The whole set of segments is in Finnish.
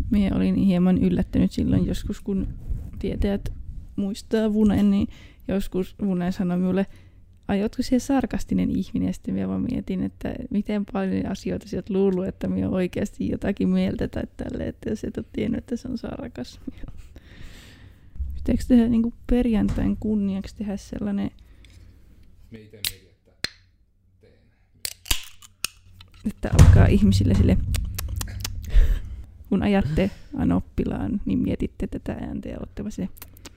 Minä olin hieman yllättynyt silloin joskus, kun tietäjät muistaa Vunen, niin joskus Vunen sanoi minulle, aiotko siellä sarkastinen ihminen, ja sitten minä vaan mietin, että miten paljon asioita sieltä luullut, että minä oikeasti jotakin mieltä tai tälle, että jos et ole tiennyt, että se on sarkasmia. Pitääkö tehdä niin kuin perjantain kunniaksi tehdä sellainen... Me itse mietin, että teen. Että alkaa ihmisille sille... Kun ajatte aina oppilaan, niin mietitte tätä ääntä ja olette se.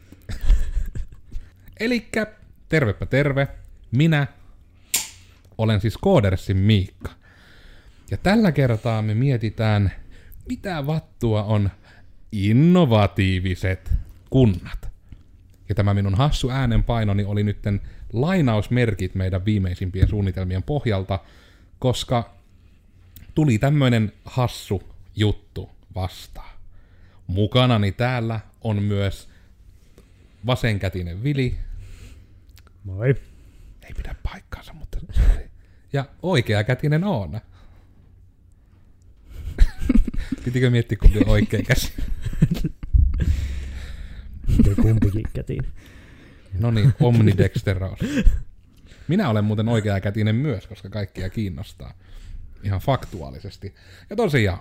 Elikkä, tervepä terve. Minä olen siis Koodersin Miikka. Ja tällä kertaa me mietitään, mitä vattua on innovatiiviset kunnat. Ja tämä minun hassu äänenpainoni oli nytten lainausmerkit meidän viimeisimpien suunnitelmien pohjalta, koska tuli tämmöinen hassu juttu vastaan. Mukanani täällä on myös vasenkätinen Vili. Moi. Ei pidä paikkaansa, mutta ja oikeakätinen Oona. Pitikö miettiä, kumpi on oikea käsi? Kumpikin kätiin. No niin, omnidexteros. Minä olen muuten oikeakätinen myös, koska kaikkia kiinnostaa. Ihan faktuaalisesti. Ja tosiaan,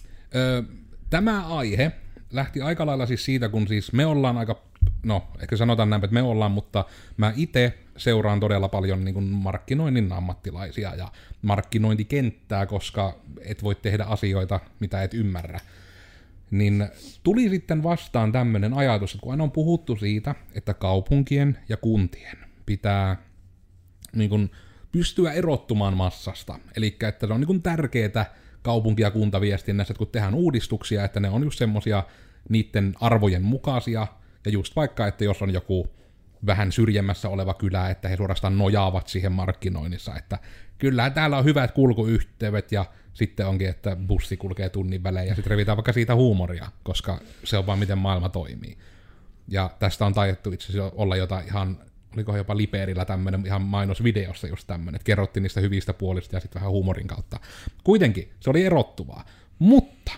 tämä aihe lähti aika lailla siis siitä, kun siis me ollaan aika, no ehkä sanotaan näin, että me ollaan, mutta mä itse seuraan todella paljon niin kuin markkinoinnin ammattilaisia ja markkinointikenttää, koska et voi tehdä asioita, mitä et ymmärrä. Niin tuli sitten vastaan tämmöinen ajatus, että kun aina on puhuttu siitä, että kaupunkien ja kuntien pitää niin kuin pystyä erottumaan massasta. Eli että se on niin kuin tärkeää kaupunki- ja kuntaviestinnässä, että kun tehdään uudistuksia, että ne on just semmosia niiden arvojen mukaisia, ja just vaikka, että jos on joku vähän syrjemmässä oleva kylä, että he suorastaan nojaavat siihen markkinoinnissa, että kyllä täällä on hyvät kulkuyhteydet, ja sitten onkin, että bussi kulkee tunnin välein, ja sitten revitään vaikka siitä huumoria, koska se on vaan miten maailma toimii. Ja tästä on taidettu itse asiassa olla jotain ihan, oliko jopa Liperillä tämmöinen ihan mainosvideossa just tämmöinen, että kerrottiin niistä hyvistä puolista ja sitten vähän huumorin kautta. Kuitenkin, se oli erottuvaa. Mutta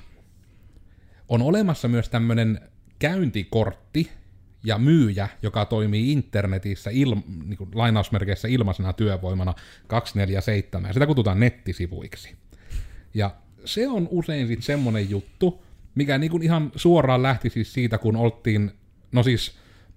on olemassa myös tämmöinen käyntikortti ja myyjä, joka toimii internetissä niin kuin lainausmerkeissä ilmaisena työvoimana 247, ja sitä kutsutaan nettisivuiksi. Ja se on usein sitten semmoinen juttu, mikä niin kuin ihan suoraan lähti siis siitä, kun oltiin, no siis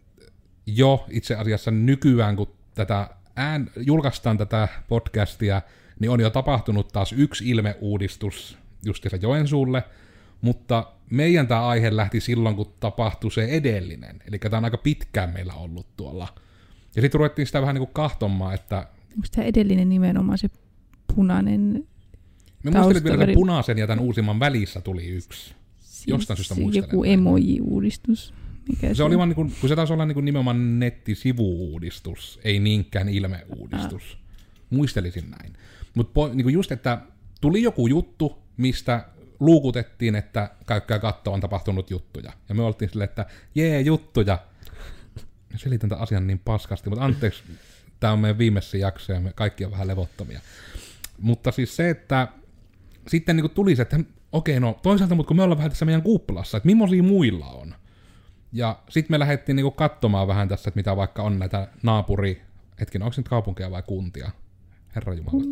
jo itse asiassa nykyään, kun julkaistaan tätä podcastia, niin on jo tapahtunut taas yksi ilmeuudistus justiinsa Joensuulle, mutta meidän tämä aihe lähti silloin, kun tapahtui se edellinen. Eli tämä on aika pitkään meillä ollut tuolla. Ja sitten ruvettiin sitä vähän niin kuin kahtomaan, että... Onko tämä edellinen nimenomaan se punainen me muistelin vielä sen punaisen ja tämän uusimman välissä tuli yksi. Siis jostain syystä muistelen. Joku emoji-uudistus. Mikä se oli vaan, niin kuin, kun se taisi olla niin kuin nimenomaan nettisivu-uudistus, ei niinkään ilmeuudistus. Muistelisin näin. Mutta niin just, että tuli joku juttu, mistä luukutettiin, että käykää katsoa, on tapahtunut juttuja. Ja me oltiin silleen, että jee, juttuja. Selitän tämän asian niin paskasti, mutta anteeksi, tämä on meidän viimeisen jakso ja me kaikki on vähän levottomia. Mutta siis se, että sitten niin tuli se, että okei, no toisaalta, mutta kun me ollaan vähän tässä meidän kuplassa, että millaisia muilla on. Ja sitten me lähdettiin niin katsomaan vähän tässä, että mitä vaikka on näitä onko se nyt kaupunkeja vai kuntia? Herranjumala.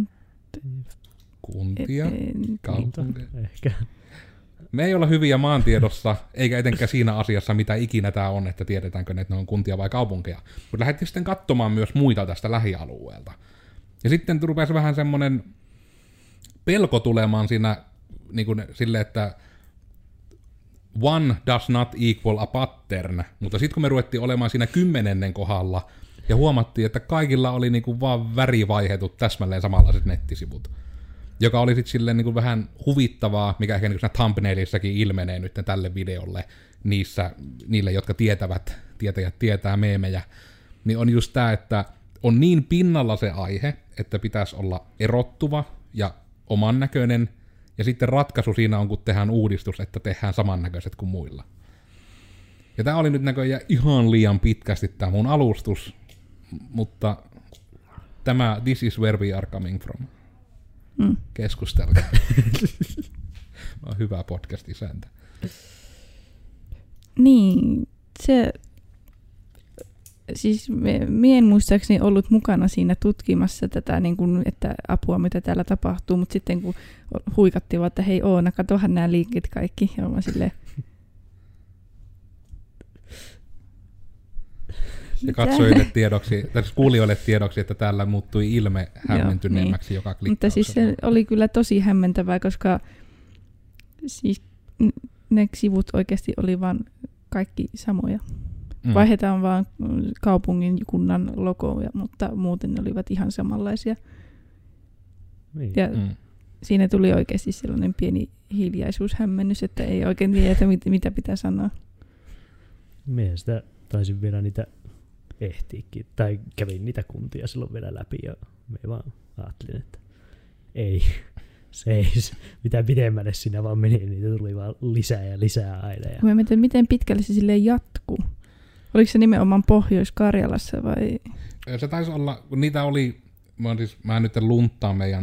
Kuntia? Kaupunkeja? Ehkä. Me ei olla hyviä maantiedossa, eikä etenkään siinä asiassa, mitä ikinä tämä on, että tiedetäänkö ne, että ne on kuntia vai kaupunkeja. Mutta lähdettiin sitten katsomaan myös muita tästä lähialueelta. Ja sitten rupesi vähän semmoinen pelko tulemaan siinä niin kuin silleen, että one does not equal a pattern, mutta sitten kun me ruvettiin olemaan siinä 10. kohdalla ja huomattiin, että kaikilla oli niin kuin vaan värivaihetut täsmälleen samanlaiset nettisivut, joka oli sitten silleen niin kuin vähän huvittavaa, mikä ehkä niin kuin thumbnailissakin ilmenee nyt tälle videolle niille, jotka tietäjät tietää meemejä, niin on just tämä, että on niin pinnalla se aihe, että pitäisi olla erottuva ja oman näköinen, ja sitten ratkaisu siinä on, kun tehdään uudistus, että tehdään samannäköiset kuin muilla. Ja tämä oli nyt näköjään ihan liian pitkästi tämä mun alustus, mutta this is where we are coming from. Keskustelkaa. on hyvä podcast-isäntä. Niin, se... Siis mie en muistaakseni ollut mukana siinä tutkimassa tätä, niin kun, että apua mitä täällä tapahtuu, mutta sitten kun huikattiin, että hei Oona, katohan nämä linkit kaikki. Ja mä silleen... Ja katsojille tiedoksi, tai kuulijoille tiedoksi, että täällä muuttui ilme hämmentyneemmäksi joka klikkauksella. Mutta siis se oli kyllä tosi hämmentävää, koska siis ne sivut oikeasti oli vaan kaikki samoja. Vaihdetaan vaan kaupungin kunnan logoja, mutta muuten ne olivat ihan samanlaisia. Niin. Ja siinä tuli oikeasti sellainen pieni hiljaisuushämmennys, että ei oikein tiedä, mitä pitää sanoa. Mie sitä taisin vielä niitä ehtiikin, tai kävin niitä kuntia silloin vielä läpi, ja me vaan ajattelin, että ei, seis, mitä pidemmälle siinä vaan meni, niitä tuli vaan lisää ja lisää aina. Mä mietin, miten pitkälle se silleen jatkuu. Oliko se nimenomaan Pohjois-Karjalassa vai? Se taisi olla, kun niitä oli, mä nyt lunttaan meidän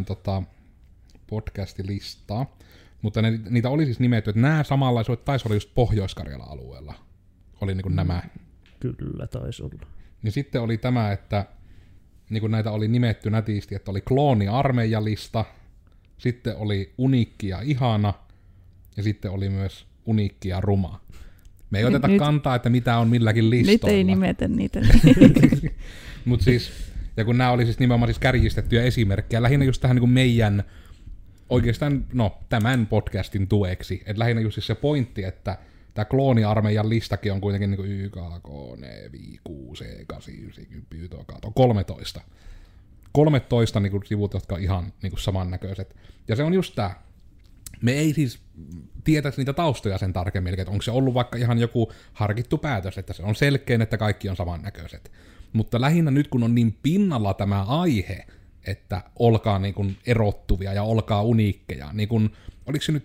podcastilistaa, mutta niitä oli siis nimetty, että nämä samanlaisuudet taisi olla just Pohjois-Karjalan alueella. Oli niin kuin nämä. Kyllä taisi olla. Ja sitten oli tämä, että niin kuin näitä oli nimetty nätisti, että oli klooni-armeijalista, sitten oli uniikki ja ihana, ja sitten oli myös uniikki ja ruma. Me ei oteta kantaa, että mitä on milläkin listoilla. Nyt ei nimetä niitä. Mut siis, ja kun nämä oli siis nimenomaan siis kärjistettyjä esimerkkejä, lähinnä just tähän niin kuin meidän, oikeastaan, tämän podcastin tueksi, että lähinnä just siis se pointti, että tämä klooniarmeijan listakin on kuitenkin niin kuin YKK, NEVI, 6, 8, 9, 10, 13. 13 niin kuin sivut, jotka on ihan niin kuin samannäköiset. Ja se on just tämä. Me ei siis tietäisi niitä taustoja sen tarkemmin, että onko se ollut vaikka ihan joku harkittu päätös, että se on selkeä, että kaikki on samannäköiset. Mutta lähinnä nyt, kun on niin pinnalla tämä aihe, että olkaa niin kuin erottuvia ja olkaa uniikkeja, niin kuin, oliko se nyt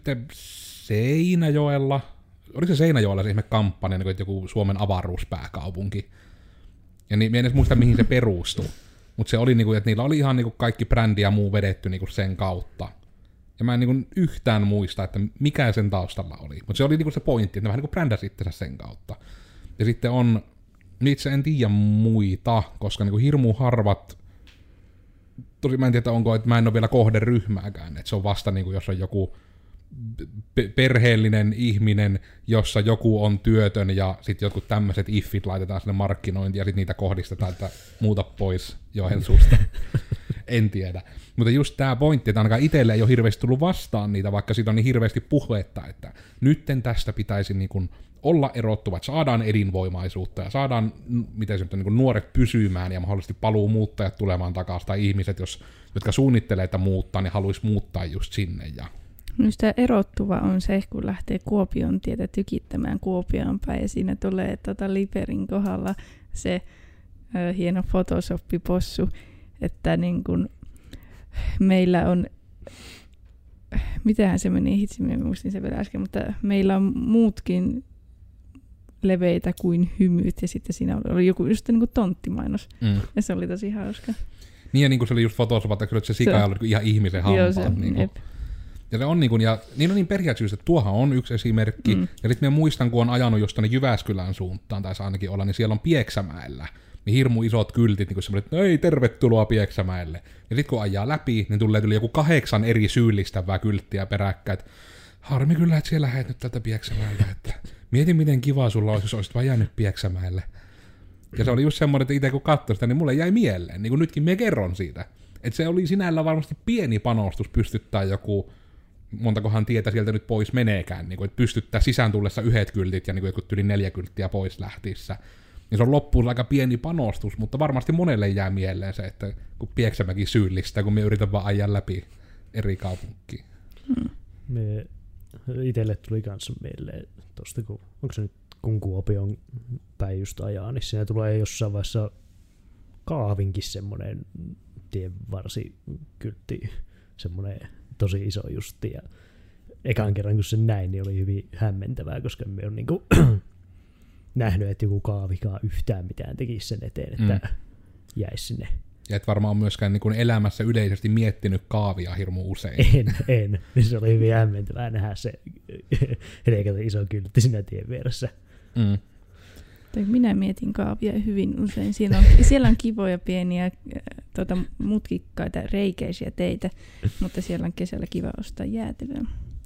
Seinäjoella, oliko se Seinäjoella se ihme kampanja, niin kuin joku Suomen avaruuspääkaupunki, ja niin, en edes muista, mihin se perustui, mutta se oli, niin kuin, että niillä oli ihan niin kuin kaikki brändi ja muu vedetty niin kuin sen kautta. Ja mä en niin yhtään muista, että mikä sen taustalla oli. Mutta se oli niin se pointti, että ne vähän niin brändäsi itsensä sen kautta. Ja sitten on, itse en tiedä muita, koska niin hirmu harvat, tosi mä en tiedä, onko, että mä en ole vielä kohderyhmääkään. Että se on vasta, niin jos on joku perheellinen ihminen, jossa joku on työtön ja sitten jotkut tämmöiset iffit laitetaan sinne markkinointiin ja sitten niitä kohdistetaan, että muuta pois Joensuusta. En tiedä. Mutta just tämä pointti, että ainakaan itselle ei ole hirveästi tullut vastaan niitä, vaikka siitä on niin hirveästi puhetta, että nytten tästä pitäisi niin kuin olla erottuva, että saadaan elinvoimaisuutta ja saadaan, miten se niin kuin nuoret pysymään ja mahdollisesti paluu muuttajat tulemaan takaisin, tai ihmiset, jotka suunnittelee, että muuttaa, niin haluaisi muuttaa just sinne. Ja sitä erottuva on se, kun lähtee Kuopion tietä tykittämään Kuopioon päin, ja siinä tulee Liperin kohdalla se hieno Photoshop-possu, että niin kun meillä on, mitähän se meni, hitsi, minä muistin sen vielä äsken, mutta meillä on muutkin leveitä kuin hymyt, ja sitten siinä oli joku just niin kuin tonttimainos, ja se oli tosi hauska. Niin, ja niin kuin se oli just Photoshop, että se sika oli ihan ihmisen hampaat. Niin ja se on niin kuin, ja niin on niin periaatteessa, että tuohan on yksi esimerkki, ja sitten minä muistan, kun on ajanut just tuonne Jyväskylän suuntaan, taisi ainakin olla, niin siellä on Pieksämäellä niin hirmu isot kyltit, niin kuin semmoinen, että ei, tervetuloa Pieksämäelle. Ja sitten kun ajaa läpi, niin tulee joku 8 eri syyllistävää kylttiä peräkkäin, että harmi kyllä, että siellä lähet nyt tältä Pieksämäeltä, että mietin, miten kiva sulla olisi, jos olisit vaan jäänyt Pieksämäelle. Ja se oli just semmoinen, että itse kun katsoin sitä, niin mulle jäi mieleen, niin kuin nytkin minä kerron siitä, että se oli sinällä varmasti pieni panostus pystyttää joku, montakohan tietä sieltä nyt pois meneekään, niin kuin, että pystyttää sisään tullessa 1 kyltit ja niin kuin yli 4 kylttiä pois lähtiessä. Niin se on loppuun aika pieni panostus, mutta varmasti monelle jää mieleen se, että kun Pieksämäki syyllistää, kun me yritän vaan ajaa läpi eri kaupunkiin. Me itselle tuli kanssa mieleen tosta, kun onko se nyt kun Kuopion päin just ajaa, niin siinä tulee jossain vaiheessa Kaavinkin semmoinen tienvarsikyltti, semmoinen tosi iso justi, ja ekan kerran kun sen näin, niin oli hyvin hämmentävää, koska me on niinku nähnyt, että joku kaavikaan yhtään mitään tekisi sen eteen, että jäisi sinne Ja et varmaan myöskään niin kuin elämässä yleisesti miettinyt kaavia hirmu usein. En. Se oli hyvin hämmentävää nähdä se iso kyltti siinä tien vieressä. Mm. Minä mietin kaavia hyvin usein. Siellä on kivoja pieniä mutkikkaita reikeisiä teitä, mutta siellä on kesällä kiva ostaa jäätelöä.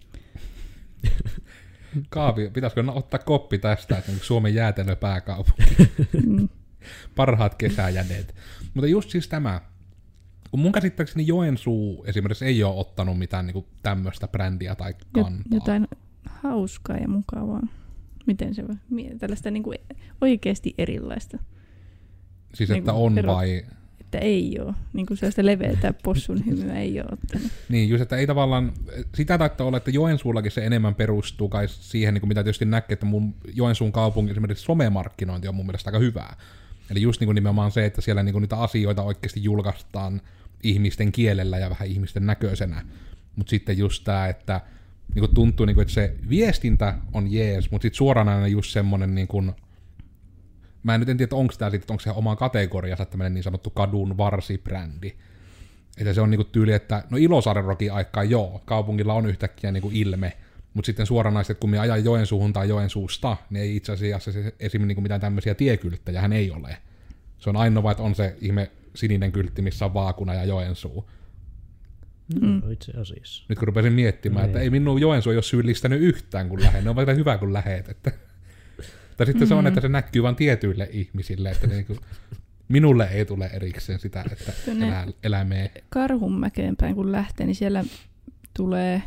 Kaavi, pitäisikö ottaa koppi tästä, että Suomen jäätelöpääkaupunki. Parhaat kesäjäneet. Mutta just siis tämä, kun mun käsittääkseni Joensuu esimerkiksi ei ole ottanut mitään niinku tämmöistä brändiä tai kantaa. Jotain hauskaa ja mukavaa. Miten se voi? Tällaista niinku oikeasti erilaista. Siis että on vai? Että ei ole. Niinku sellaista leveätä possun hymyä ei ole ottanut. Niin, just että ei tavallaan, sitä taittaa olla, että Joensuullakin se enemmän perustuu kai siihen, niin kuin mitä tietysti näkee, että mun Joensuun kaupungin esimerkiksi somemarkkinointi on mun mielestä aika hyvää. Eli just niin kuin nimenomaan se, että siellä niin kuin niitä asioita oikeasti julkaistaan ihmisten kielellä ja vähän ihmisten näköisenä. Mutta sitten just tämä, että niin kuin tuntuu, niin kuin, että se viestintä on jees, mutta sitten suoranainen just semmoinen, niin kuin, mä en nyt en tiedä, onko tämä sitten, onko se oma kategoriansa tämmöinen niin sanottu kadun varsibrändi. Että se on niin kuin tyyli, että no Ilosaaren rokin aikaa joo, kaupungilla on yhtäkkiä niin kuin ilme, mutta sitten suoranaisesti, kun me ajan Joensuuhun tai Joensuusta, niin ei itse asiassa esimerkiksi niin mitään tämmöisiä tiekylttejä hän ei ole. Se on ainoa, että on se ihme sininen kyltti, missä on Vaakuna ja Joensuu. Itse asiassa. Nyt kun rupesin miettimään, että ei minun Joensuu ei ole syyllistänyt yhtään, kun lähden. Ne on vaikka hyvä, kun lähet. Että. Tai sitten se on, että se näkyy vain tietyille ihmisille, että niin kuin, minulle ei tule erikseen sitä, että elämää. Karhunmäkeen päin kun lähtee, niin siellä tulee,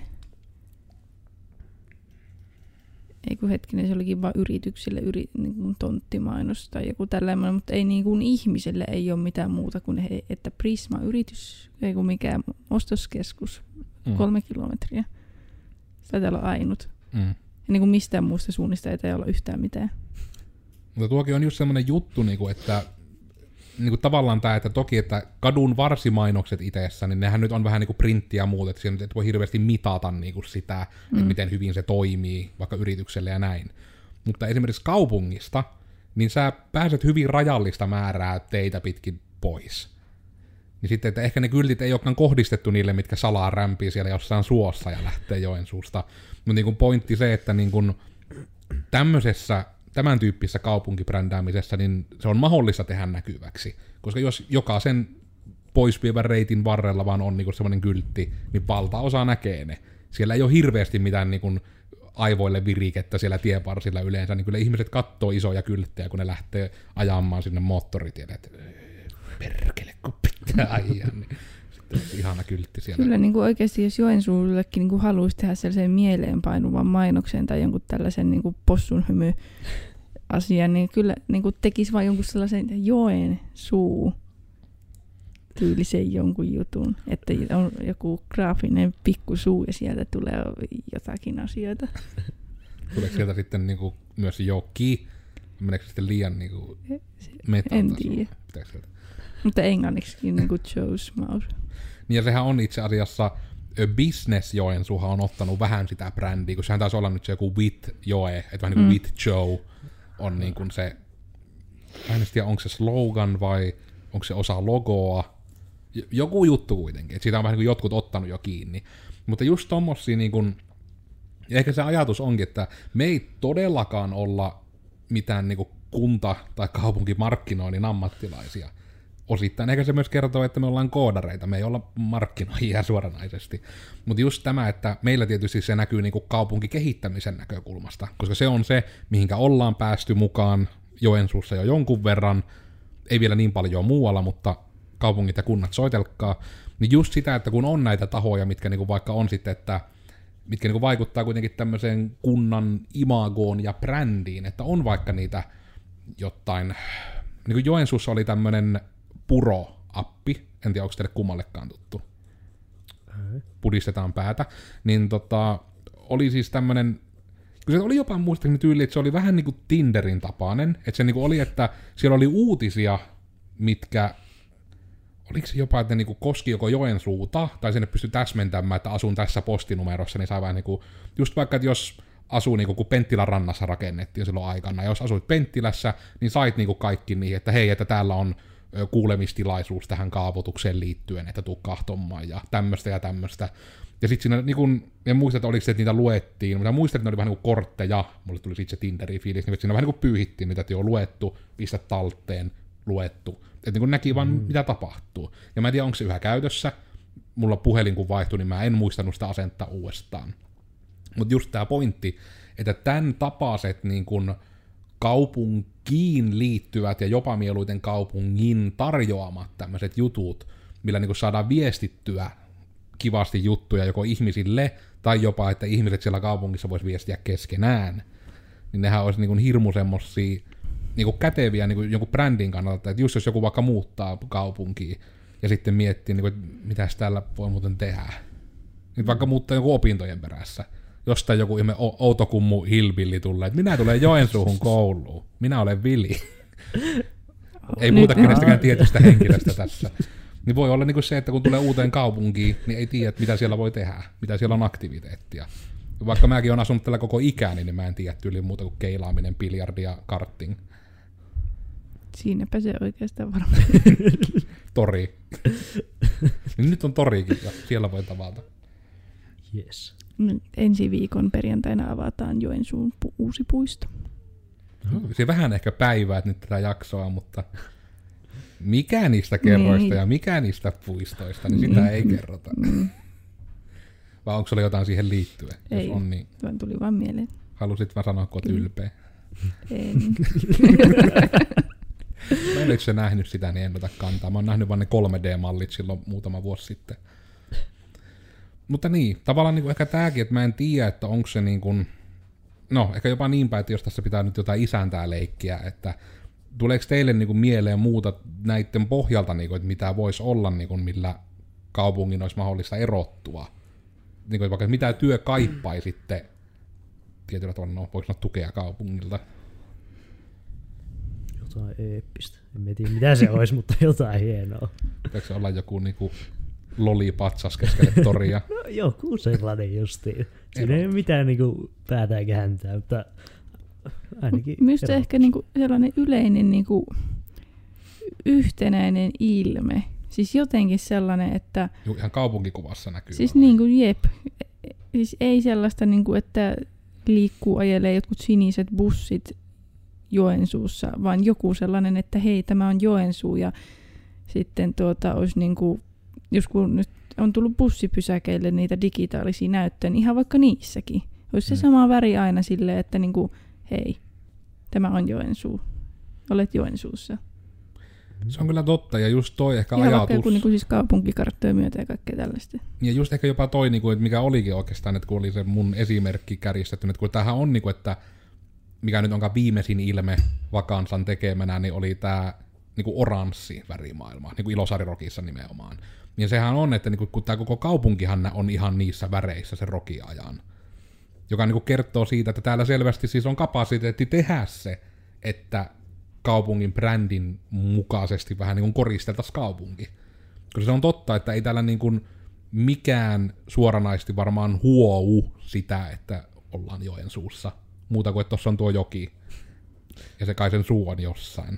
ei kun hetkinen, se olikin vaan yrityksille niin kuin tonttimainos tai joku tällainen, mutta ei niin kuin ihmiselle ei ole mitään muuta kuin että Prisma-yritys, ei kuin mikään ostoskeskus, 3 kilometriä. Taitaa olla ainut. Ja niin kuin mistään muusta suunnista ei olla yhtään mitään. Mutta tuokin on just semmoinen juttu, että niin kuin tavallaan tämä, että toki, että kadun varsimainokset itseessä, niin nehän nyt on vähän niin kuin printtiä ja muuta, että siinä et voi hirveästi mitata niin kuin sitä, että miten hyvin se toimii vaikka yritykselle ja näin. Mutta esimerkiksi kaupungista, niin sä pääset hyvin rajallista määrää teitä pitkin pois. Niin sitten, että ehkä ne kyltit ei olekaan kohdistettu niille, mitkä salaa rämpii siellä jossain suossa ja lähtee Joensuusta. Mutta niin kuin pointti se, että niin kuin tämmöisessä tämän tyyppisessä kaupunkibrändäämisessä, niin se on mahdollista tehdä näkyväksi. Koska jos jokaisen poisvievän reitin varrella vaan on niinku semmoinen kyltti, niin valtaosa näkee ne. Siellä ei ole hirveästi mitään niinku aivoille virikettä siellä tienvarsilla yleensä, niin kyllä ihmiset katsoo isoja kylttejä, kun ne lähtee ajamaan sinne moottoritielle, että perkele, kun pitää ajaa, niin sitten on ihana kyltti siellä. Kyllä niin kuin oikeasti, jos Joensuullekin niin kuin haluaisi tehdä sellaisen mieleenpainuvan mainoksen tai jonkun tällaisen niin kuin possun hymy asian, niin kyllä niin kuin tekisi vain jonkun sellaisen Joensuu tyylisen jonkun jutun, että on joku graafinen pikkusuu ja sieltä tulee jotakin asioita. Tuleeko sieltä sitten niin kuin myös joki? Meneekö sitten liian niin kuin en tiedä. Mutta englanniksi niin kuin Joe's Mouth. Niin ja sehän on itse asiassa Business Joensuuhan on ottanut vähän sitä brändiä, kun sehän taisi olla nyt se joku With Joe, että vähän niin kuin With Joe on niin kuin se, en tiedä onko se slogan vai onko se osa logoa, joku juttu kuitenkin, että siitä on vähän niin kuin jotkut ottanut jo kiinni. Mutta just tommosia niin kuin, ja ehkä se ajatus onkin, että me ei todellakaan olla mitään niin kuin kunta- tai kaupunkimarkkinoinnin ammattilaisia. Osittain eikä se myös kertoo, että me ollaan koodareita, me ei olla markkinoijia suoranaisesti. Mutta just tämä, että meillä tietysti se näkyy niinku kaupunkikehittämisen näkökulmasta, koska se on se, mihinkä ollaan päästy mukaan Joensuussa jo jonkun verran, ei vielä niin paljon muualla, mutta kaupungit ja kunnat soitelkaa. Niin just sitä, että kun on näitä tahoja, mitkä niinku vaikka on sitten, että mitkä niinku vaikuttaa kuitenkin tämmöiseen kunnan imagoon ja brändiin, että on vaikka niitä jotain, niin kuin Joensuussa oli tämmöinen Puro-appi, en tiedä onko teille kummallekaan tuttu, pudistetaan päätä, niin oli siis tämmönen, kun se oli jopa muistaakseni tyyli, että se oli vähän niinku Tinderin tapainen, että se niinku oli, että siellä oli uutisia, mitkä, oliko se jopa, että ne niinku koski joko Joensuuta, tai sinne pystyi täsmentämään, että asun tässä postinumerossa, niin sai vähän niinku, just vaikka, että jos asuu niinku, kun Penttilän rannassa rakennettiin silloin aikana, ja jos asuit Penttilässä, niin sait niinku kaikki niihin, että hei, että täällä on kuulemistilaisuus tähän kaavoitukseen liittyen, että tuu kahtomaan ja tämmöistä ja tämmöistä. Ja sitten siinä, niin kun, en muista, että oliko se, että niitä luettiin, mutta muistan, että ne oli vähän niin kuin kortteja, mulle tuli sitten se Tinderin fiilis, niin siinä vähän niin kuin pyyhittiin niitä, että joo, luettu, pistä talteen, luettu. Että niin kuin näki vaan, mitä tapahtuu. Ja mä en tiedä, onko se yhä käytössä. Mulla puhelin kun vaihtui, niin mä en muistanut sitä asentaa uudestaan. Mutta just tämä pointti, että tämän tapaiset niin kun kaupunkiin liittyvät ja jopa mieluiten kaupungin tarjoamat tämmöiset jutut, millä niin kun saadaan viestittyä kivasti juttuja joko ihmisille, tai jopa, että ihmiset siellä kaupungissa vois viestiä keskenään, niin nehän olisi niin hirmu semmosia niin käteviä niin jonkun brändin kannalta, että just jos joku vaikka muuttaa kaupunkiin, ja sitten miettii, niin kuin, että mitäs täällä voi muuten tehdä. Nyt vaikka muuttaa joku opintojen perässä. Jostain joku ihme outokummu hillbilli tulee, että minä tulen Joensuuhun kouluun. Minä olen Vili. Ei puhuta kenestäkään tietystä henkilöstä tässä. Niin voi olla niin kuin se, että kun tulee uuteen kaupunkiin, niin ei tiedä, mitä siellä voi tehdä, mitä siellä on aktiviteettia. Vaikka mäkin olen asunut tällä koko ikäni, niin mä en tiedä tyyliin muuta kuin keilaaminen, biljardi ja karting. Siinäpä se oikeastaan varmaan. Tori. Niin nyt on torikin ja siellä voi tavata. Yes. Ensi viikon perjantaina avataan Joensuun uusi puisto. Se vähän ehkä päivää nyt tätä jaksoa, mutta mikä niistä kerroista ja mikä niistä puistoista, niin sitä ei kerrota. Vai onko sulla jotain siihen liittyen? Ei, jos on, niin vaan tuli vaan mieleen. Halusit vaan sanoa, kun olet ylpeä. En. Mä en itse nähnyt sitä, niin en ota kantaa. Mä oon nähnyt vaan ne 3D-mallit silloin muutama vuosi sitten. Mutta niin, tavallaan niin kuin ehkä tääkin, että mä en tiedä, että onko se niin kuin, no ehkä jopa niin päin, että jos tässä pitää nyt jotain isäntää leikkiä, että tuleeko teille niin kuin mieleen muuta näiden pohjalta, niin kuin, että mitä voisi olla, niin kuin, millä kaupungin olisi mahdollista erottua? Niin kuin, vaikka mitä työ kaippaisitte tietyllä tavalla, no, voiko sanoa tukea kaupungilta? Jotain eeppistä. En tiedä mitä se olisi, mutta jotain hienoa. Pitääkö se olla joku niinku lolipatsas keskelle toria? No joku sellainen justiin. Siinä ei ole mitään niinku päätään kääntää, mutta ainakin Minusta ehkä niinku sellainen yleinen niinku yhtenäinen ilme. Siis jotenkin sellainen, että Ihan kaupunkikuvassa näkyy. siis niinku jep. Siis ei sellaista niinku, että liikkuu ajelee jotkut siniset bussit Joensuussa, vaan joku sellainen, että hei, tämä on Joensuu ja sitten olisi niinku, jos kun nyt on tullut bussipysäkeille niitä digitaalisia näyttöjä, niin ihan vaikka niissäkin. Olisi se sama väri aina silleen, että niinku, hei, tämä on Joensuu. Olet Joensuussa. Se on kyllä totta, ja just toi ehkä ihan ajatus. vaikka joku niinku siis kaupunkikarttoja myötä ja kaikkea tällaista. Ja just ehkä jopa toi, niinku, että mikä olikin oikeastaan, että kun oli se mun esimerkki kärjistetty, että kun tämähän on, niinku, että mikä nyt onkaan viimeisin ilme Vakansan tekemänä, niin oli tämä niinku oranssi värimaailma, niin kuin Ilosaari-rokissa nimenomaan. Ja sehän on, että niinku, kun tämä koko kaupunkihan on ihan niissä väreissä se rokiajan, joka niinku kertoo siitä, että täällä selvästi siis on kapasiteetti tehdä se, että kaupungin brändin mukaisesti vähän niin kuin koristeltaisiin kaupunki. Koska se on totta, että ei täällä niin kuin mikään suoranaisesti varmaan huou sitä, että ollaan Joensuussa. Muuta kuin, että tuossa on tuo joki. Ja se kai sen suu on jossain.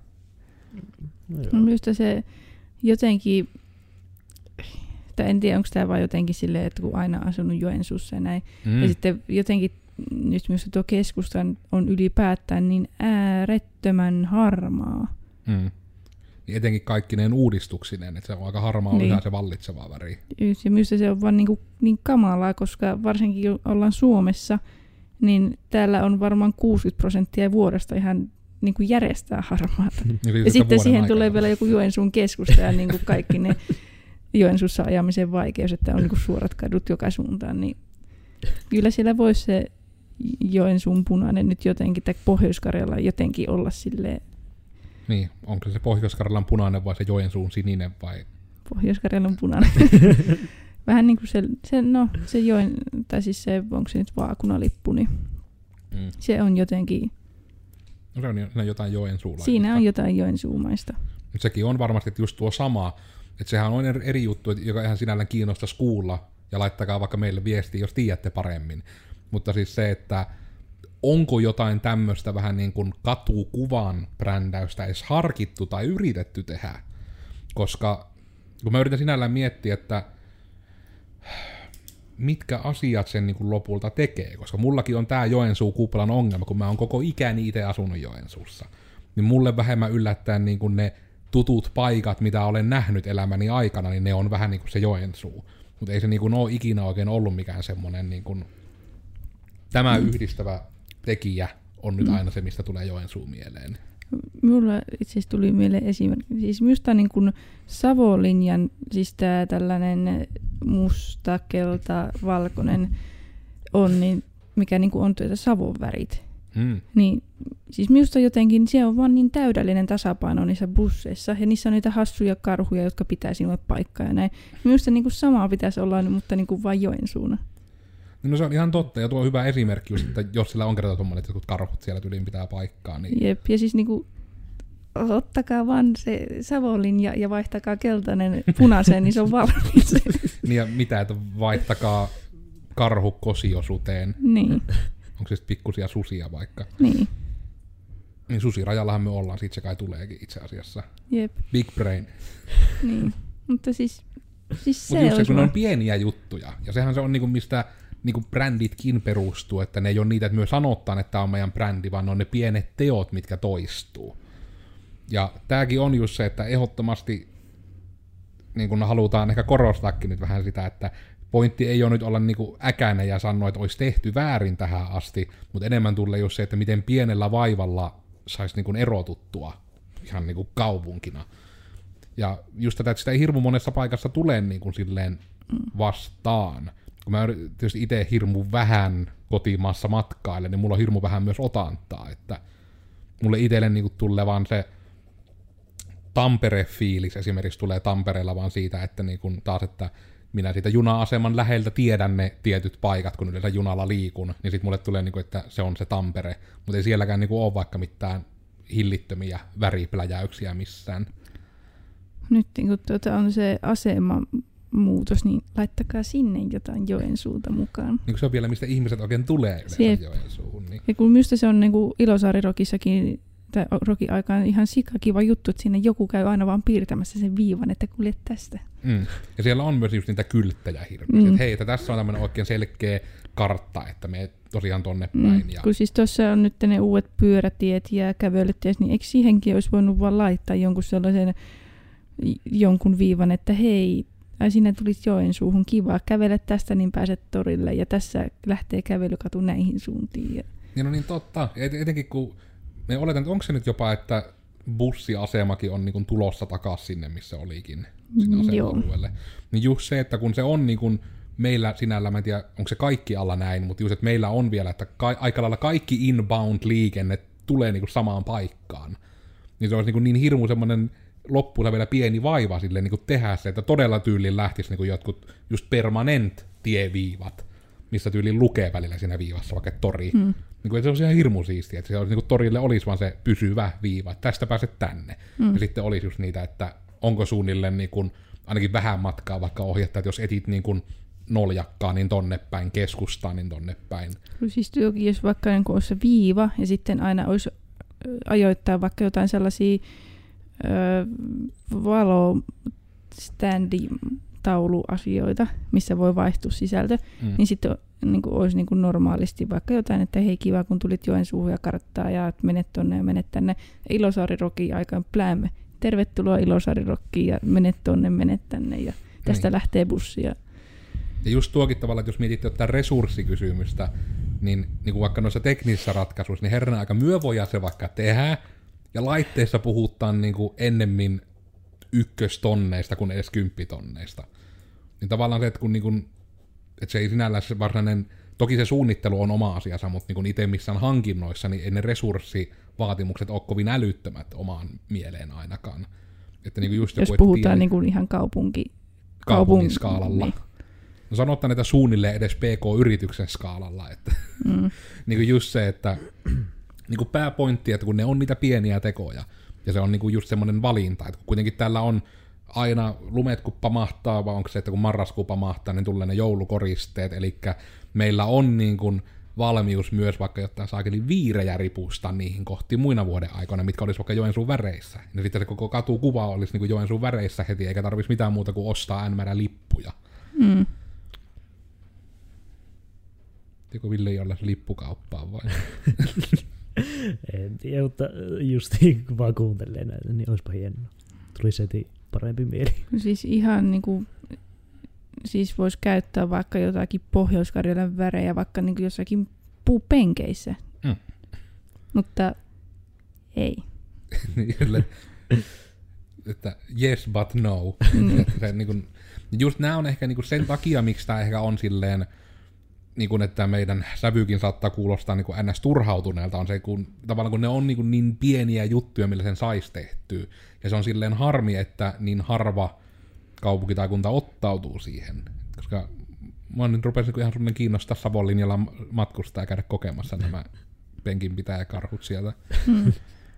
No minusta se jotenkin, tai en tiedä onko tämä vaan jotenkin silleen, että kun aina asunut Joensuussa ja näin. Ja sitten jotenkin nyt minusta tuo keskusta on ylipäätään niin äärettömän harmaa. Niin etenkin kaikkineen uudistuksineen, että se on aika harmaa niin. Ihan se vallitseva väri. Ja minusta se on vaan niin kamalaa, koska varsinkin kun ollaan Suomessa, niin täällä on varmaan 60% vuodesta ihan niin kuin järjestää harmaata. Ja sitten siihen tulee vielä joku Joensuun keskusta ja niin kuin kaikki ne Joensuussa ajamisen vaikeus, että on niin kuin suorat kadut joka suuntaan. Niin kyllä siellä voisi se Joensuun punainen nyt jotenkin, tai Pohjois-Karjala jotenkin olla silleen. Niin, onko se Pohjois-Karjalan punainen vai se Joensuun sininen vai? Pohjois-Karjalan punainen. Vähän niin kuin se joen, tai siis se, onko se nyt vaakunalippu, niin se on jotenkin. No se on jotain joensuulaista. Siinä on jotain joensuumaista. Mutta sekin on varmasti just tuo sama, että sehän on eri juttu, joka ihan sinällään kiinnostaisi kuulla, ja laittakaa vaikka meille viestiä, jos tiedätte paremmin. Mutta siis se, että onko jotain tämmöistä vähän niin kuin katukuvan brändäystä edes harkittu tai yritetty tehdä. Koska kun mä yritän sinällään miettiä, että mitkä asiat sen niin kuin lopulta tekee, koska mullakin on tää Joensuu-kuplan ongelma, kun mä oon koko ikäni itse asunut Joensuussa. Niin mulle vähemmän yllättäen niin kuin ne tutut paikat, mitä olen nähnyt elämäni aikana, niin ne on vähän niin kuin se Joensuu. Mutta ei se niin kuin ole ikinä oikein ollut mikään semmonen niin kuin tämä yhdistävä tekijä on nyt aina se, mistä tulee Joensuu mieleen. Mulla itse asiassa tuli mieleen esimerkki. Siis minusta niin kuin Savonlinjan, siis tämä tällainen musta, kelta, valkoinen on, niin, mikä niin kuin on Savon värit. Niin, siis minusta jotenkin se on vaan niin täydellinen tasapaino niissä busseissa. Ja niissä on niitä hassuja karhuja, jotka pitää sinulle paikkaa ja näin. Minusta niin kuin samaa pitäisi olla, mutta niin kuin vain Joensuuna. No se on ihan totta, ja tuo on hyvä esimerkki just, että jos sillä on kertaa tuommoinen, että jotkut karhut siellä tyliin pitää paikkaa. Niin... Jep, ja siis niinku, ottakaa vaan se Savonlinja ja vaihtakaa keltainen punaiseen, niin se on valmis. Niin ja mitä, että vaihtakaa karhu kosiosuteen. Niin. Onko se sitten pikkusia susia vaikka? Niin. Niin susirajallahan me ollaan, siitä se kai tuleekin itse asiassa. Jep. Big brain. Niin, mutta siis se on se, kun ne on vaan pieniä juttuja, ja sehän se on niinku mistä niinku bränditkin perustuu, että ne ei ole niitä, että me sanotaan, että tämä on meidän brändi, vaan ne on ne pienet teot, mitkä toistuu. Ja tääkin on just se, että ehdottomasti niin kun halutaan ehkä korostaakin nyt vähän sitä, että pointti ei ole nyt olla niinku äkäinen ja sanoa, että olisi tehty väärin tähän asti, mutta enemmän tulee just se, että miten pienellä vaivalla saisi niinku erotuttua ihan niinku kaupunkina. Ja just tätä, että sitä ei hirmu monessa paikassa tule niinku silleen vastaan. Kun mä tietysti itse hirmu vähän kotimaassa matkailen, niin mulla on hirmu vähän myös otantaa, että mulle itselle niinku tulee vaan se Tampere-fiilis esimerkiksi tulee Tampereella vaan siitä, että niinku taas, että minä siitä juna-aseman läheltä tiedän ne tietyt paikat, kun yleensä junalla liikun, niin sit mulle tulee niinku, että se on se Tampere, mutta ei sielläkään niinku ole vaikka mitään hillittömiä väripläjäyksiä missään. nyt kun on se asema muutos, niin laittakaa sinne jotain Joensuuta mukaan. Niin se on vielä, mistä ihmiset oikein tulee yleensä Joensuuhun. Niin. Ja kun minusta se on niin kuin Ilosaari-rokissakin, tai roki-aikaan ihan sikakiva juttu, että siinä joku käy aina vaan piirtämässä sen viivan, että kuljet tästä. Ja siellä on myös just niitä kylttejä hirveästi, että hei, että tässä on tämmöinen oikein selkeä kartta, että me tosiaan tonne päin. Ja... Kun siis tuossa on nyt ne uudet pyörätiet ja kävelytiet, niin eikö siihenkin olisi voinut vaan laittaa jonkun viivan, että hei, sinne tulit Joensuuhun, kiva, kävele tästä, niin pääset torille, ja tässä lähtee kävelykatu näihin suuntiin. Ja no niin totta, etenkin kun me oletan, että onko se nyt jopa, että bussiasemakin on niin tulossa takaisin sinne, missä olikin, sinne asema-alueelle. Niin just se, että kun se on niin kuin meillä sinällä, mä en tiedä, onko se kaikki alla näin, mutta just, että meillä on vielä, että aika lailla kaikki inbound-liikenne tulee niin kuin samaan paikkaan. Niin se olisi niin hirmu semmoinen loppuun vielä pieni vaiva silleen niin kuin tehdä se, että todella tyyliin lähtisi niin kuin jotkut just permanent tieviivat, missä tyyliin lukee välillä siinä viivassa, vaikka tori. Niin kuin, se on ihan hirmu siistiä, että se olisi, niin kuin torille olisi vaan se pysyvä viiva, että tästä pääset tänne. Ja sitten olisi just niitä, että onko suunnilleen niin kuin, ainakin vähän matkaa vaikka ohjetta, että jos etit niin kuin Noljakkaa, niin tonne päin, keskustaan, niin tonne päin. Siis jos vaikka niin olisi se viiva, ja sitten aina olisi ajoittaa vaikka jotain sellaisia valoständitauluasioita, missä voi vaihtua sisältö, niin sitten niin olisi niin normaalisti vaikka jotain, että hei kiva, kun tulit Joensuuhun ja karttaa ja menet tonne ja menet tänne. Ilosaari-rokiin aikaan pläämme. Tervetuloa Ilosaari-rokkiin ja menet tonne, menet tänne ja tästä lähtee bussi. Ja just tuokin tavalla, että jos mietit jotain resurssikysymystä, niin kuin vaikka noissa teknisissä ratkaisuissa, niin herran aika myö voidaan se vaikka tehdä, ja laitteissa puhutaan niin kuin ennemmin ykköstonneista kuin edes 10 tonneista. Niin tavallaan se, että kun niin kuin, että se ei sinällään se varsinainen, toki se suunnittelu on oma asiansa, mutta niin kuin itse missään hankinnoissa, niin ei ne resurssivaatimukset ole kovin älyttömät omaan mieleen ainakaan. Että niin kuin just jos joku, puhutaan niin kuin ihan kaupungiskaalalla. Niin. No sanotaan näitä suunnilleen edes PK-yrityksen skaalalla. Että niin kuin just se, että niin kuin pääpointti, että kun ne on niitä pieniä tekoja, ja se on niin kuin just semmoinen valinta, että kun kuitenkin täällä on aina lumet kun pamahtaa, vai onko se, että kun marraskuu pamahtaa, niin tulee ne joulukoristeet, eli meillä on niin kuin valmius myös vaikka jotain saakeli viirejä ripustaa niihin kohtiin muina vuoden aikoina, mitkä olisi vaikka Joensuun väreissä. Ja sitten se koko katukuva olisi niin kuin Joensuun väreissä heti, eikä tarvitsisi mitään muuta kuin ostaa NMR lippuja. Mm. Tiedätkö Ville jollaisi lippukauppaan vai? En tiedä, mutta justiin kun vaan kuuntelee näitä, niin olisipa hienoa. Tulisi heti parempi mieli. Siis ihan niinku, siis voisi käyttää vaikka jotakin Pohjois-Karjalan värejä vaikka niinku jossakin puupenkeissä. Mm. Mutta ei. Että yes but no. Se, niin kuin, just nämä on ehkä niin kuin sen takia, miksi tämä ehkä on silleen, niin kuin, että meidän sävykin saattaa kuulostaa niin kuin ns. Turhautuneelta, on se, kun tavallaan kun ne on niin pieniä juttuja, millä sen saisi tehtyä. Ja se on silleen harmi, että niin harva kaupunki tai kunta ottautuu siihen. Koska mä nyt rupesin ihan semmoinen kiinnostaa Savonlinjalla matkustaa ja käydä kokemassa nämä penkinpitäjäkarhut sieltä. Mm.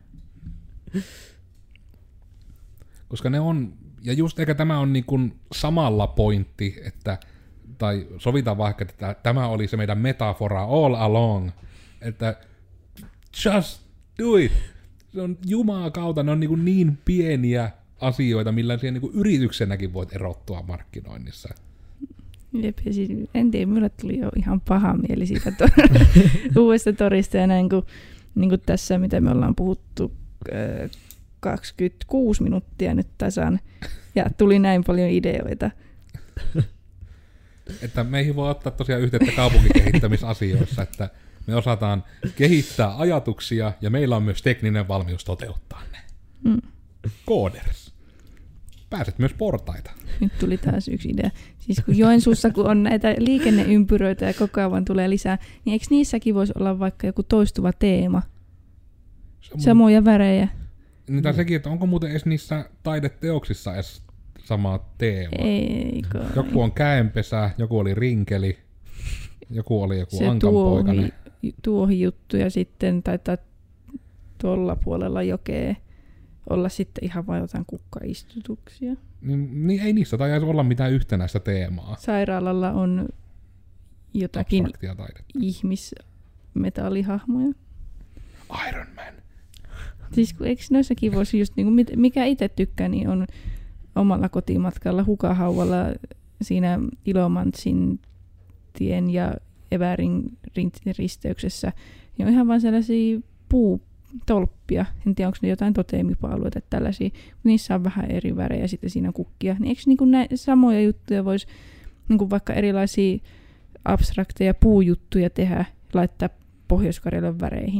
Koska ne on, ja just eikä tämä on niin kuin samalla pointti, että tai sovitaan vaikka, että tämä oli se meidän metafora all along, että just do it. Se on Jumalan kautta, ne on niin pieniä asioita, millä siihen niin yrityksenäkin voit erottua markkinoinnissa. Jep, ja siis, en tiedä, minulle tuli jo ihan paha mieli siitä uudesta torista, ja näin niin kuin tässä, mitä me ollaan puhuttu 26 minuuttia nyt tasan, ja tuli näin paljon ideoita. Että meihin voi ottaa tosiaan yhteyttä kaupunkikehittämisasioissa, että me osataan kehittää ajatuksia ja meillä on myös tekninen valmius toteuttaa ne. Mm. Coders. Pääset myös portaita. Nyt tuli taas yksi idea. Siis kun Joensuussa, kun on näitä liikenneympyröitä ja koko ajan tulee lisää, niin eikö niissäkin voisi olla vaikka joku toistuva teema? Samoja värejä. Niin tai sekin, että onko muuten edes niissä taideteoksissa edes sama teema? Eikö? Joku on käenpesä, joku oli rinkeli, joku oli joku se ankanpoikainen. Tuohijuttu ja sitten taitaa tuolla puolella jokea olla sitten ihan vain jotain kukkaistutuksia. Niin ei niissä taisi olla mitään yhtenäistä teemaa. Sairaalalla on jotakin ihmismetallihahmoja. Iron Man. Siis eikö noissakin voisi just, niin kuin, mikä itse tykkää, niin on omalla kotimatkalla Hukahauvalla siinä Ilomantsin tien ja Evärin risteyksessä. Ja on ihan vaan sellaisia puutolppia. En tiedä, onko ne jotain toteemipaalueita tällaisia. Niissä on vähän eri värejä sitten siinä kukkia. Niin eikö niin kuin samoja juttuja voisi niin kuin vaikka erilaisia abstrakteja puujuttuja tehdä, laittaa Pohjois-Karjalan väreihin?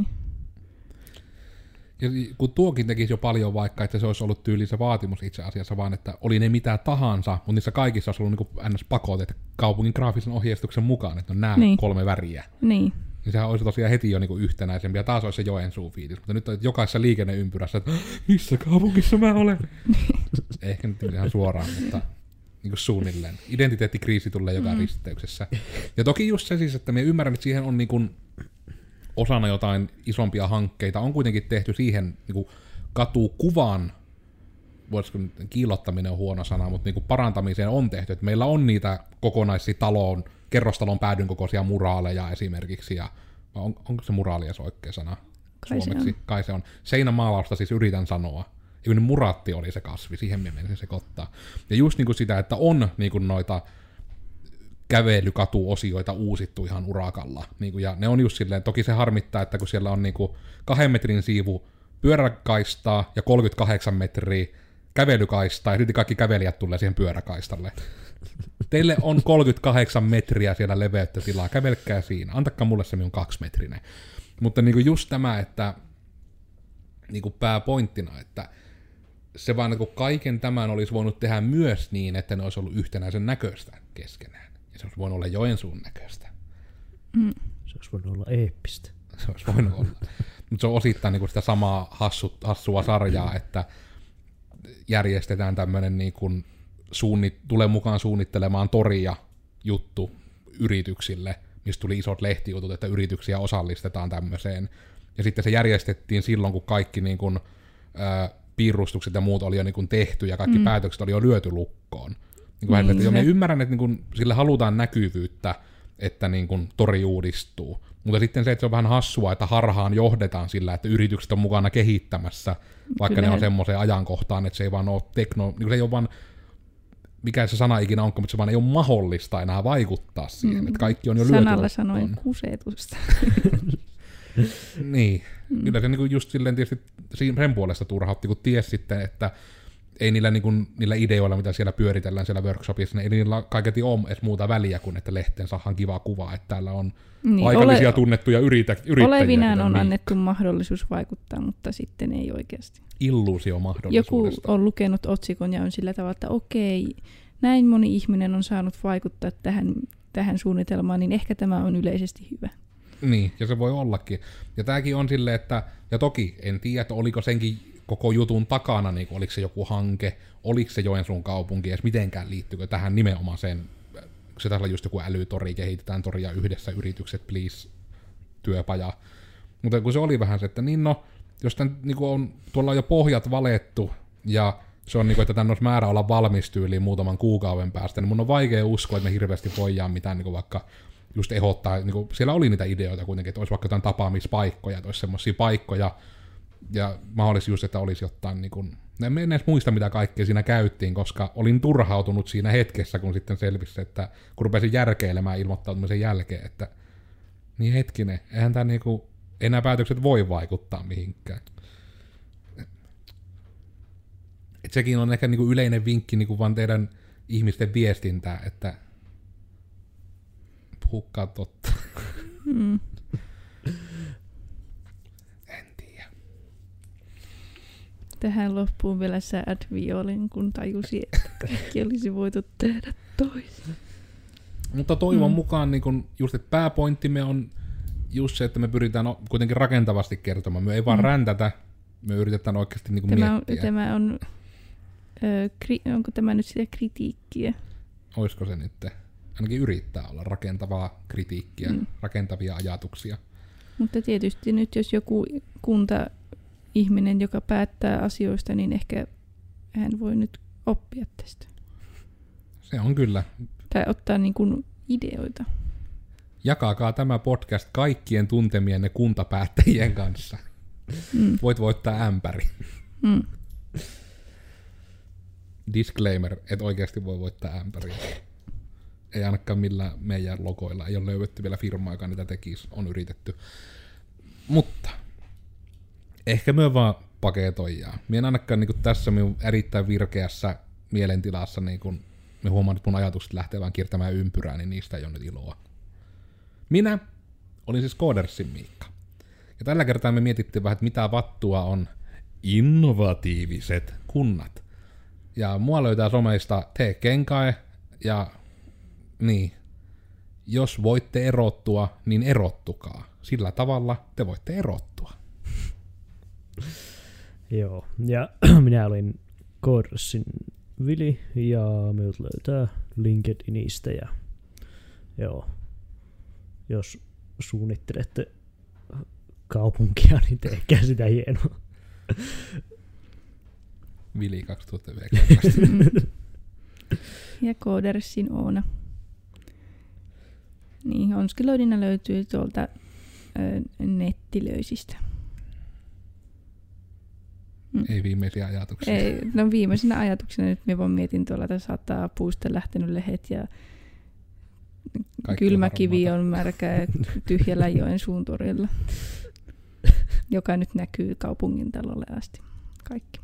Ja kun tuokin tekisi jo paljon vaikka, että se olisi ollut tyyliin se vaatimus itse asiassa, vaan että oli ne mitä tahansa, mutta niissä kaikissa olisi ollut niin NS-pakotet kaupungin graafisen ohjeistuksen mukaan, että on nämä 3 väriä. Niin sehän olisi tosiaan heti jo niin yhtenäisempi, ja taas olisi se Joensuun fiilis. Mutta nyt on jokaisessa liikenneympyrässä, että missä kaupungissa mä olen? Ehkä nyt ihan suoraan, mutta niin kuin suunnilleen. Identiteettikriisi tulee joka risteyksessä. Ja toki just se siis, että me ymmärrän, että siihen on niin kuin osana jotain isompia hankkeita on kuitenkin tehty siihen niin kuin katukuvan, voisiko kiillottaminen on huono sana, mutta niin kuin parantamiseen on tehty, että meillä on niitä kokonaisia kerrostalon päädyn kokoisia muraaleja esimerkiksi, ja onko se muraali se oikea sana suomeksi? Kai se on. Seinämaalausta siis yritän sanoa. Even muraatti oli se kasvi, siihen me menisin sekoittaa. Ja just niin kuin sitä, että on niin kuin noita kävelykatuosioita uusittu ihan urakalla. Niin ja ne on just silleen, toki se harmittaa, että kun siellä on niinku 2 metrin siivu pyöräkaistaa ja 38 metriä kävelykaistaa, ja silti kaikki kävelijät tulee siihen pyöräkaistalle. Teille on 38 metriä siellä leveyttä tilaa, kävelkää siinä, antakaa mulle se minun 2-metrinen. Mutta niinku just tämä, että niinku pääpointtina, että se vaan niinku kaiken tämän olisi voinut tehdä myös niin, että ne olisi ollut yhtenäisen näköistä keskenään. Se olisi voinut olla Joensuun näköistä. Mm. Se olisi voinut olla eeppistä. Se olisi voinut olla. Mutta se on osittain niinku sitä samaa hassua sarjaa, että järjestetään tämmöinen niinku tulee mukaan suunnittelemaan toria juttu yrityksille, mistä tuli isot lehtijutut, että yrityksiä osallistetaan tämmöiseen. Ja sitten se järjestettiin silloin, kun kaikki niinku, piirustukset ja muut oli jo niinku tehty ja kaikki päätökset oli jo lyöty lukkoon. Niin, että me ymmärrän, että niin sille halutaan näkyvyyttä, että niin kuin tori uudistuu. Mutta sitten se, että se on vähän hassua, että harhaan johdetaan sillä, että yritykset on mukana kehittämässä, vaikka Kyllä. ne on semmoiseen ajankohtaan, että se ei vaan ole niin se ei ole vaan, mikä se sana ikinä onko, mutta se vaan ei ole mahdollista enää vaikuttaa siihen, että kaikki on jo lyöty. Sanalla sanoen kusetusta. Niin, kyllä se niin just silleen tietysti sen puolesta turhautti, kun ties sitten, että ei niillä ideoilla, mitä siellä pyöritellään siellä workshopissa, ei niillä kaiketi ole edes muuta väliä kuin, että lehteen saadaan kiva kuva, että täällä on paikallisia tunnettuja yrittäjiä. Olevinaan on annettu mahdollisuus vaikuttaa, mutta sitten ei oikeasti. Illuusio mahdollisuudesta. Joku on lukenut otsikon ja on sillä tavalla, että okei, näin moni ihminen on saanut vaikuttaa tähän suunnitelmaan, niin ehkä tämä on yleisesti hyvä. Niin, ja se voi ollakin. Ja tämäkin on silleen, että, ja toki en tiedä, että oliko senkin koko jutun takana, niin oliko se joku hanke, oliko se Joensuun kaupunki, edes mitenkään liittyykö tähän nimenomaiseen, se taisi olla just joku älytori, kehitetään toria yhdessä, yritykset, please, työpaja. Mutta kun se oli vähän se, että niin no, jos tämän, niin on, tuolla on jo pohjat valettu, ja se on niin kuin, että tämän olisi määrä olla valmis tyyliin muutaman kuukauden päästä, niin mun on vaikea uskoa, että me hirveästi voidaan mitään niin vaikka just ehdottaa, niin kuin, siellä oli niitä ideoita kuitenkin, että olisi vaikka jotain tapaamispaikkoja, että olisi semmoisia paikkoja, ja mahdollisesti just, että olisi jotain, niin kuin, en edes muista mitä kaikkea siinä käyttiin, koska olin turhautunut siinä hetkessä, kun sitten selvisi, että kun rupesin järkeilemään ilmoittautumisen jälkeen, että niin hetkinen, eihän tämä niin kuin, enää päätökset voi vaikuttaa mihinkään. Et sekin on ehkä niin kuin yleinen vinkki niin kuin vaan teidän ihmisten viestintää, että puhukkaa totta. En tiedä. Tähän loppuun vielä sad violin, kun tajusi, että kaikki olisi voitu tehdä toisin. Mutta toivon mukaan niin kun just, että pääpointtimme on just se, että me pyritään kuitenkin rakentavasti kertomaan. Me ei vaan räntätä, me yritetään oikeasti niin miettiä. Tämä on, onko tämä nyt sitä kritiikkiä? Olisiko se nyt? Ainakin yrittää olla rakentavaa kritiikkiä, rakentavia ajatuksia. Mutta tietysti nyt, jos joku kunta-ihminen, joka päättää asioista, niin ehkä hän voi nyt oppia tästä. Se on kyllä. Tai ottaa niin kuin ideoita. Jakakaa tämä podcast kaikkien tuntemienne kuntapäättäjien kanssa. Voit voittaa ämpäri. Disclaimer, et oikeasti voi voittaa ämpäriä. Ei ainakaan millään meidän logoilla. Ei ole löydetty vielä firmaa, joka niitä tekisi. On yritetty. Mutta ehkä me vaan paketoidaan. Mie en ainakaan niin tässä minun erittäin virkeässä mielentilassa, niin kun me huomaan, että mun ajatukset lähtee vaan kiertämään ympyrää, niin niistä ei ole nyt iloa. Minä olin siis Codersin Miikka. Ja tällä kertaa me mietittiin vähän, että mitä vattua on innovatiiviset kunnat. Ja mua löytää someista Tee Kenkae ja niin, jos voitte erottua, niin erottukaa. Sillä tavalla te voitte erottua. Joo, ja minä olin Codersin Vili, ja minut löytää LinkedInistä, ja joo, jos suunnittelette kaupunkia, niin tehkää sitä hienoa. Vili 2019. Ja Codersin Oona. Niin, Onskilöidinä löytyy tuolta nettilöisistä. Ei viimeisiä ajatuksia. Ei, no viimeisenä ajatuksena nyt me vaan mietin tuolla, että saattaa puusta lähtenyt lehet ja kaikki kylmä kivi on märkä tyhjällä Joensuun torilla, joka nyt näkyy kaupungin talolle asti. Kaikki.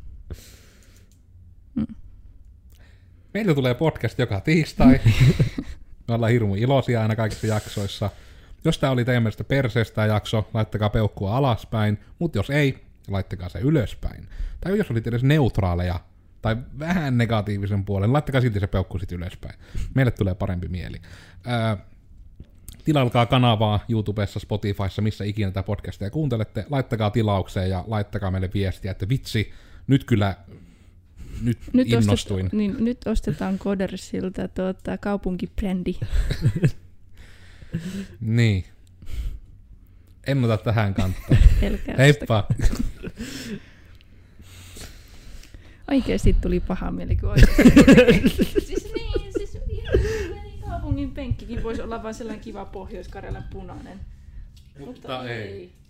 Meillä tulee podcast joka tiistai. Me ollaan hirmu iloisia aina kaikissa jaksoissa. Jos tää oli teidän mielestä perseestä jakso, laittakaa peukkua alaspäin, mutta jos ei, laittakaa se ylöspäin. Tai jos olit edes neutraaleja tai vähän negatiivisen puolen, laittakaa silti se peukku sit ylöspäin. Meille tulee parempi mieli. Tilailkaa kanavaa YouTubessa, Spotifyssa, missä ikinä tätä podcastia kuuntelette. Laittakaa tilaukseen ja laittakaa meille viestiä, että vitsi, nyt kyllä nyt innostuin. Nyt ostetaan Codersilta kaupunkibrändi. Niin. En ota tähän kantaa. Heippa! Oikeesti tuli paha mieli, kun oikeesti. Siis kaupungin penkkikin voisi olla vain sellainen kiva Pohjois-Karjalan punainen. Mutta ei.